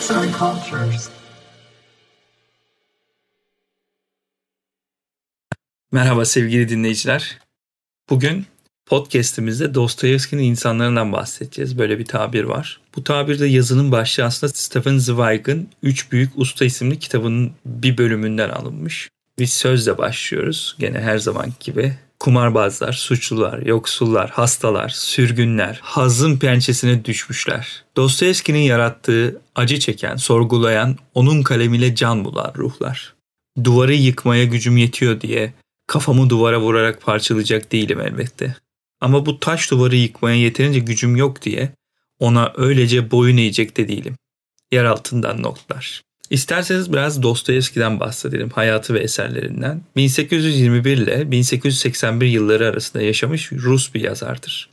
Arts and Cultures. Merhaba sevgili dinleyiciler. Bugün podcast'imizde Dostoyevski'nin insanlarından bahsedeceğiz. Böyle bir tabir var. Bu tabirde yazının başlığı aslında Stefan Zweig'ın Üç Büyük Usta isimli kitabının bir bölümünden alınmış. Bir sözle başlıyoruz. Gene her zamanki gibi. Kumarbazlar, suçlular, yoksullar, hastalar, sürgünler, hazın pençesine düşmüşler. Dostoyevski'nin yarattığı, acı çeken, sorgulayan, onun kalemiyle can bulan ruhlar. Duvarı yıkmaya gücüm yetiyor diye kafamı duvara vurarak parçalayacak değilim elbette. Ama bu taş duvarı yıkmaya yeterince gücüm yok diye ona öylece boyun eğecek de değilim. Yer altından notlar. İsterseniz biraz Dostoyevski'den bahsedelim, hayatı ve eserlerinden. 1821 ile 1881 yılları arasında yaşamış Rus bir yazardır.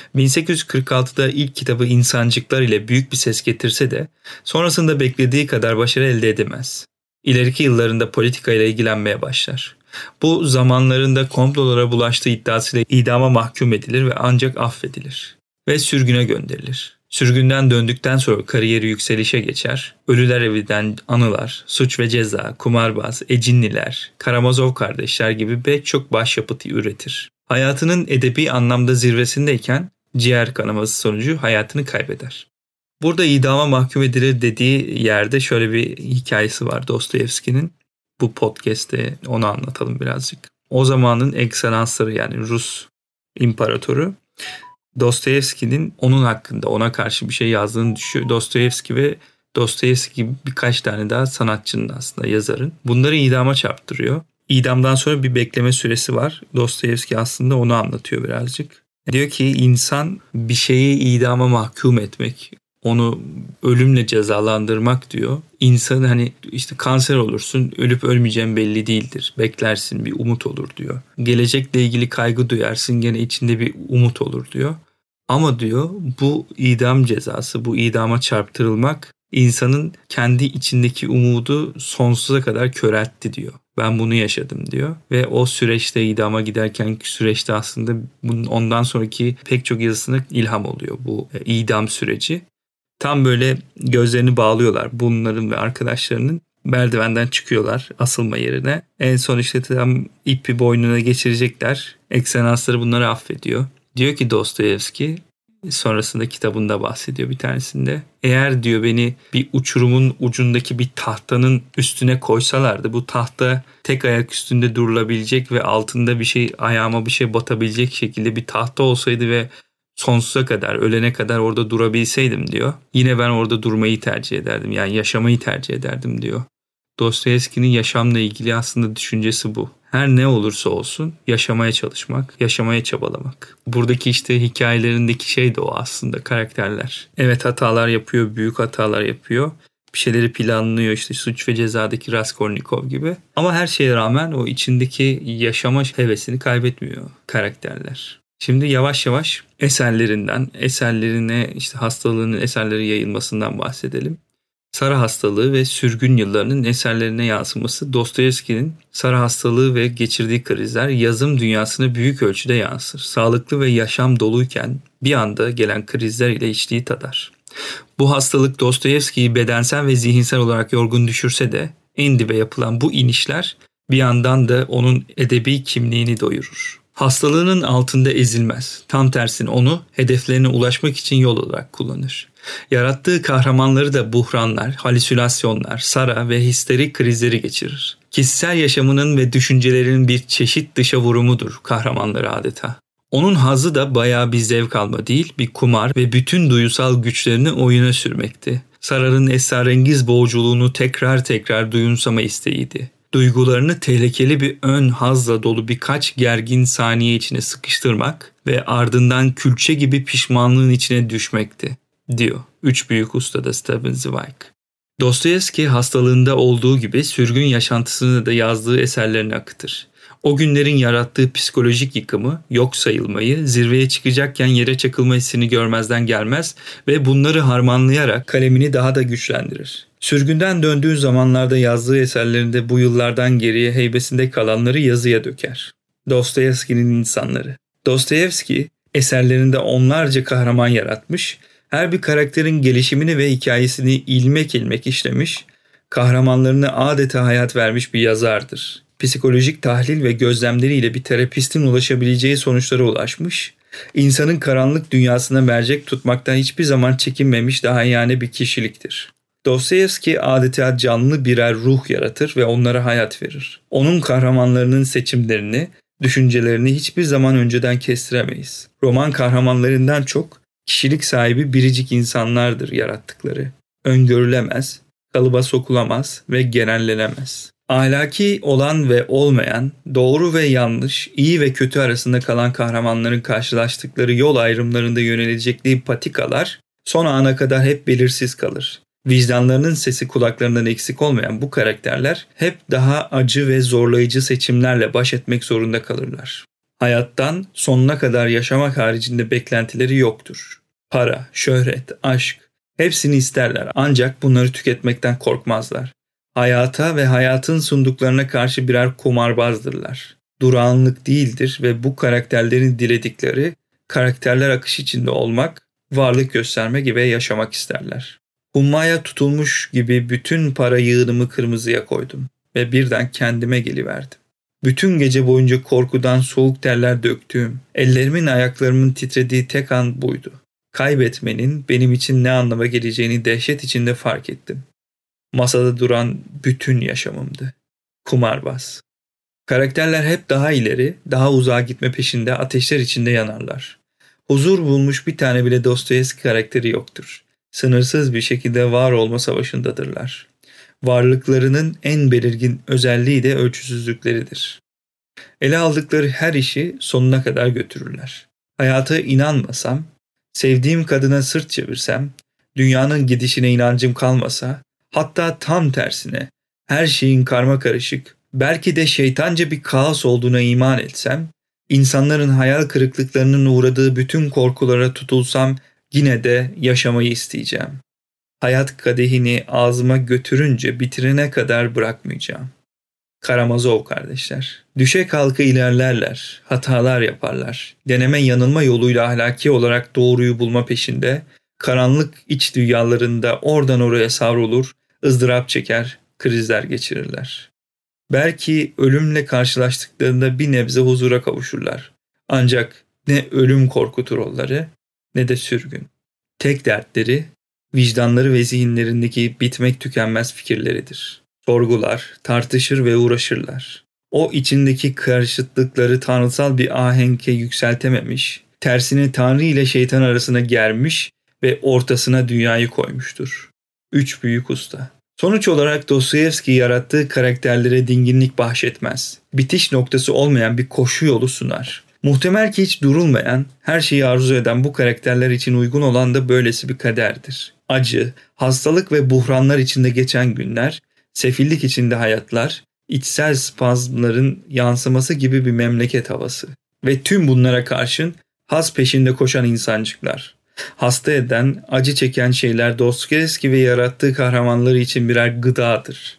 1846'da ilk kitabı İnsancıklar ile büyük bir ses getirse de sonrasında beklediği kadar başarı elde edemez. İleriki yıllarında politika ile ilgilenmeye başlar. Bu zamanlarında komplolara bulaştığı iddiasıyla idama mahkum edilir ve ancak affedilir. Ve sürgüne gönderilir. Sürgünden döndükten sonra kariyeri yükselişe geçer. Ölüler Evi'den Anılar, Suç ve Ceza, Kumarbaz, Ecinliler, Karamazov Kardeşler gibi pek çok başyapıtı üretir. Hayatının edebi anlamda zirvesindeyken ciğer kanaması sonucu hayatını kaybeder. Burada idama mahkum edilir dediği yerde şöyle bir hikayesi var Dostoyevski'nin. Bu podcast'te onu anlatalım birazcık. O zamanın ekselansları yani Rus imparatoru Dostoyevski'nin onun hakkında ona karşı bir şey yazdığını düşüyor. Dostoyevski ve Dostoyevski gibi birkaç tane daha sanatçının aslında yazarın. Bunları idama çarptırıyor. İdamdan sonra bir bekleme süresi var. Dostoyevski aslında onu anlatıyor birazcık. Diyor ki insan bir şeyi idama mahkum etmek, onu ölümle cezalandırmak diyor. İnsanın hani işte kanser olursun, ölüp ölmeyeceğin belli değildir. Beklersin, bir umut olur diyor. Gelecekle ilgili kaygı duyarsın, gene içinde bir umut olur diyor. Ama diyor bu idam cezası, bu idama çarptırılmak insanın kendi içindeki umudu sonsuza kadar köreltti diyor. Ben bunu yaşadım diyor. Ve o süreçte idama giderkenki süreçte aslında bunun ondan sonraki pek çok yazısına ilham oluyor bu idam süreci. Tam böyle gözlerini bağlıyorlar bunların ve arkadaşlarının, merdivenden çıkıyorlar asılma yerine. En son işte tam ipi boynuna geçirecekler. Ekselansları bunları affediyor. Diyor ki Dostoyevski, sonrasında kitabında bahsediyor bir tanesinde. Eğer diyor beni bir uçurumun ucundaki bir tahtanın üstüne koysalardı, bu tahta tek ayak üstünde durulabilecek ve altında bir şey, ayağıma bir şey batabilecek şekilde bir tahta olsaydı ve sonsuza kadar, ölene kadar orada durabilseydim diyor. Yine ben orada durmayı tercih ederdim. Yani yaşamayı tercih ederdim diyor. Dostoyevski'nin yaşamla ilgili aslında düşüncesi bu. Her ne olursa olsun yaşamaya çalışmak, yaşamaya çabalamak. Buradaki işte hikayelerindeki şey de o aslında, karakterler. Evet, hatalar yapıyor, büyük hatalar yapıyor. Bir şeyleri planlıyor, işte Suç ve Ceza'daki Raskolnikov gibi. Ama her şeye rağmen o içindeki yaşama hevesini kaybetmiyor karakterler. Şimdi yavaş yavaş eserlerine işte hastalığının eserleri yayılmasından bahsedelim. Sara hastalığı ve sürgün yıllarının eserlerine yansıması. Dostoyevski'nin Sara hastalığı ve geçirdiği krizler yazım dünyasına büyük ölçüde yansır. Sağlıklı ve yaşam doluyken bir anda gelen krizler ile içtiği tadar. Bu hastalık Dostoyevski'yi bedensel ve zihinsel olarak yorgun düşürse de en dibe yapılan bu inişler bir yandan da onun edebi kimliğini doyurur. Hastalığının altında ezilmez. Tam tersine onu hedeflerine ulaşmak için yol olarak kullanır. Yarattığı kahramanları da buhranlar, halüsinasyonlar, sara ve histerik krizleri geçirir. Kişisel yaşamının ve düşüncelerinin bir çeşit dışa vurumudur kahramanları adeta. Onun hazzı da bayağı bir zevk alma değil, bir kumar ve bütün duysal güçlerini oyuna sürmekti. Sara'nın esrarengiz boğuculuğunu tekrar duyumsama isteğiydi. Duygularını tehlikeli bir ön hazla dolu birkaç gergin saniye içine sıkıştırmak ve ardından külçe gibi pişmanlığın içine düşmekti, diyor Üç Büyük Usta'da Stefan Zweig. Dostoyevski hastalığında olduğu gibi sürgün yaşantısını da yazdığı eserlerine akıtır. O günlerin yarattığı psikolojik yıkımı, yok sayılmayı, zirveye çıkacakken yere çakılma hissini görmezden gelmez ve bunları harmanlayarak kalemini daha da güçlendirir. Sürgünden döndüğü zamanlarda yazdığı eserlerinde bu yıllardan geriye heybesinde kalanları yazıya döker. Dostoyevski'nin insanları. Dostoyevski eserlerinde onlarca kahraman yaratmış Her bir karakterin gelişimini ve hikayesini ilmek ilmek işlemiş, kahramanlarına adeta hayat vermiş bir yazardır. Psikolojik tahlil ve gözlemleriyle bir terapistin ulaşabileceği sonuçlara ulaşmış, insanın karanlık dünyasına mercek tutmaktan hiçbir zaman çekinmemiş dahiyane bir kişiliktir. Dostoyevski adeta canlı birer ruh yaratır ve onlara hayat verir. Onun kahramanlarının seçimlerini, düşüncelerini hiçbir zaman önceden kestiremeyiz. Roman kahramanlarından çok kişilik sahibi biricik insanlardır yarattıkları. Öngörülemez, kalıba sokulamaz ve genellenemez. Ahlaki olan ve olmayan, doğru ve yanlış, iyi ve kötü arasında kalan kahramanların karşılaştıkları yol ayrımlarında yönelecekleri patikalar son ana kadar hep belirsiz kalır. Vicdanlarının sesi kulaklarından eksik olmayan bu karakterler hep daha acı ve zorlayıcı seçimlerle baş etmek zorunda kalırlar. Hayattan sonuna kadar yaşamak haricinde beklentileri yoktur. Para, şöhret, aşk hepsini isterler ancak bunları tüketmekten korkmazlar. Hayata ve hayatın sunduklarına karşı birer kumarbazdırlar. Durağanlık değildir ve bu karakterlerin diledikleri karakterler akış içinde olmak, varlık göstermek gibi yaşamak isterler. Hummaya tutulmuş gibi bütün para yığınımı kırmızıya koydum ve birden kendime geliverdim. Bütün gece boyunca korkudan soğuk terler döktüğüm, ellerimin ayaklarımın titrediği tek an buydu. Kaybetmenin benim için ne anlama geleceğini dehşet içinde fark ettim. Masada duran bütün yaşamımdı. Kumarbaz. Karakterler hep daha ileri, daha uzağa gitme peşinde ateşler içinde yanarlar. Huzur bulmuş bir tane bile Dostoyevski karakteri yoktur. Sınırsız bir şekilde var olma savaşındadırlar. Varlıklarının en belirgin özelliği de ölçüsüzlükleridir. Ele aldıkları her işi sonuna kadar götürürler. Hayata inanmasam, sevdiğim kadına sırt çevirsem, dünyanın gidişine inancım kalmasa, hatta tam tersine her şeyin karmakarışık, belki de şeytanca bir kaos olduğuna iman etsem, insanların hayal kırıklıklarının uğradığı bütün korkulara tutulsam yine de yaşamayı isteyeceğim. Hayat kadehini ağzıma götürünce bitirene kadar bırakmayacağım. Karamazov kardeşler. Düşe kalka ilerlerler, hatalar yaparlar. Deneme yanılma yoluyla ahlaki olarak doğruyu bulma peşinde, karanlık iç dünyalarında oradan oraya savrulur, ızdırap çeker, krizler geçirirler. Belki ölümle karşılaştıklarında bir nebze huzura kavuşurlar. Ancak ne ölüm korkutur onları ne de sürgün. Tek dertleri, vicdanları ve zihinlerindeki bitmek tükenmez fikirleridir. Sorgular, tartışır ve uğraşırlar. O içindeki karşıtlıkları tanrısal bir ahenke yükseltememiş, tersini Tanrı ile şeytan arasına germiş ve ortasına dünyayı koymuştur. Üç büyük usta. Sonuç olarak Dostoyevski yarattığı karakterlere dinginlik bahşetmez. Bitiş noktası olmayan bir koşu yolu sunar. Muhtemel ki hiç durulmayan, her şeyi arzu eden bu karakterler için uygun olan da böylesi bir kaderdir. Acı, hastalık ve buhranlar içinde geçen günler, sefillik içinde hayatlar, içsel spazmların yansıması gibi bir memleket havası. Ve tüm bunlara karşın haz peşinde koşan insancıklar. Hasta eden, acı çeken şeyler Dostoyevski ve yarattığı kahramanları için birer gıdadır.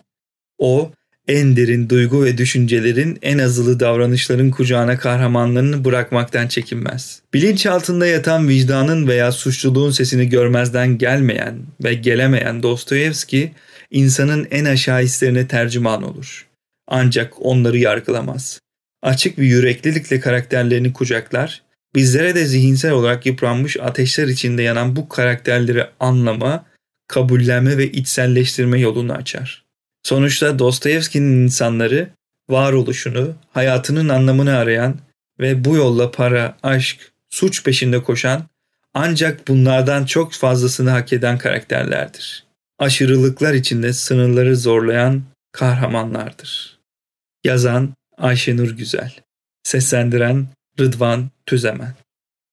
O, en derin duygu ve düşüncelerin, en azılı davranışların kucağına kahramanlarını bırakmaktan çekinmez. Bilinçaltında yatan vicdanın veya suçluluğun sesini görmezden gelmeyen ve gelemeyen Dostoyevski, insanın en aşağı hislerine tercüman olur. Ancak onları yargılamaz. Açık bir yüreklilikle karakterlerini kucaklar, bizlere de zihinsel olarak yıpranmış ateşler içinde yanan bu karakterleri anlama, kabullenme ve içselleştirme yolunu açar. Sonuçta Dostoyevski'nin insanları varoluşunu, hayatının anlamını arayan ve bu yolla para, aşk, suç peşinde koşan ancak bunlardan çok fazlasını hak eden karakterlerdir. Aşırılıklar içinde sınırları zorlayan kahramanlardır. Yazan Ayşenur Güzel, seslendiren Rıdvan Tüzemen.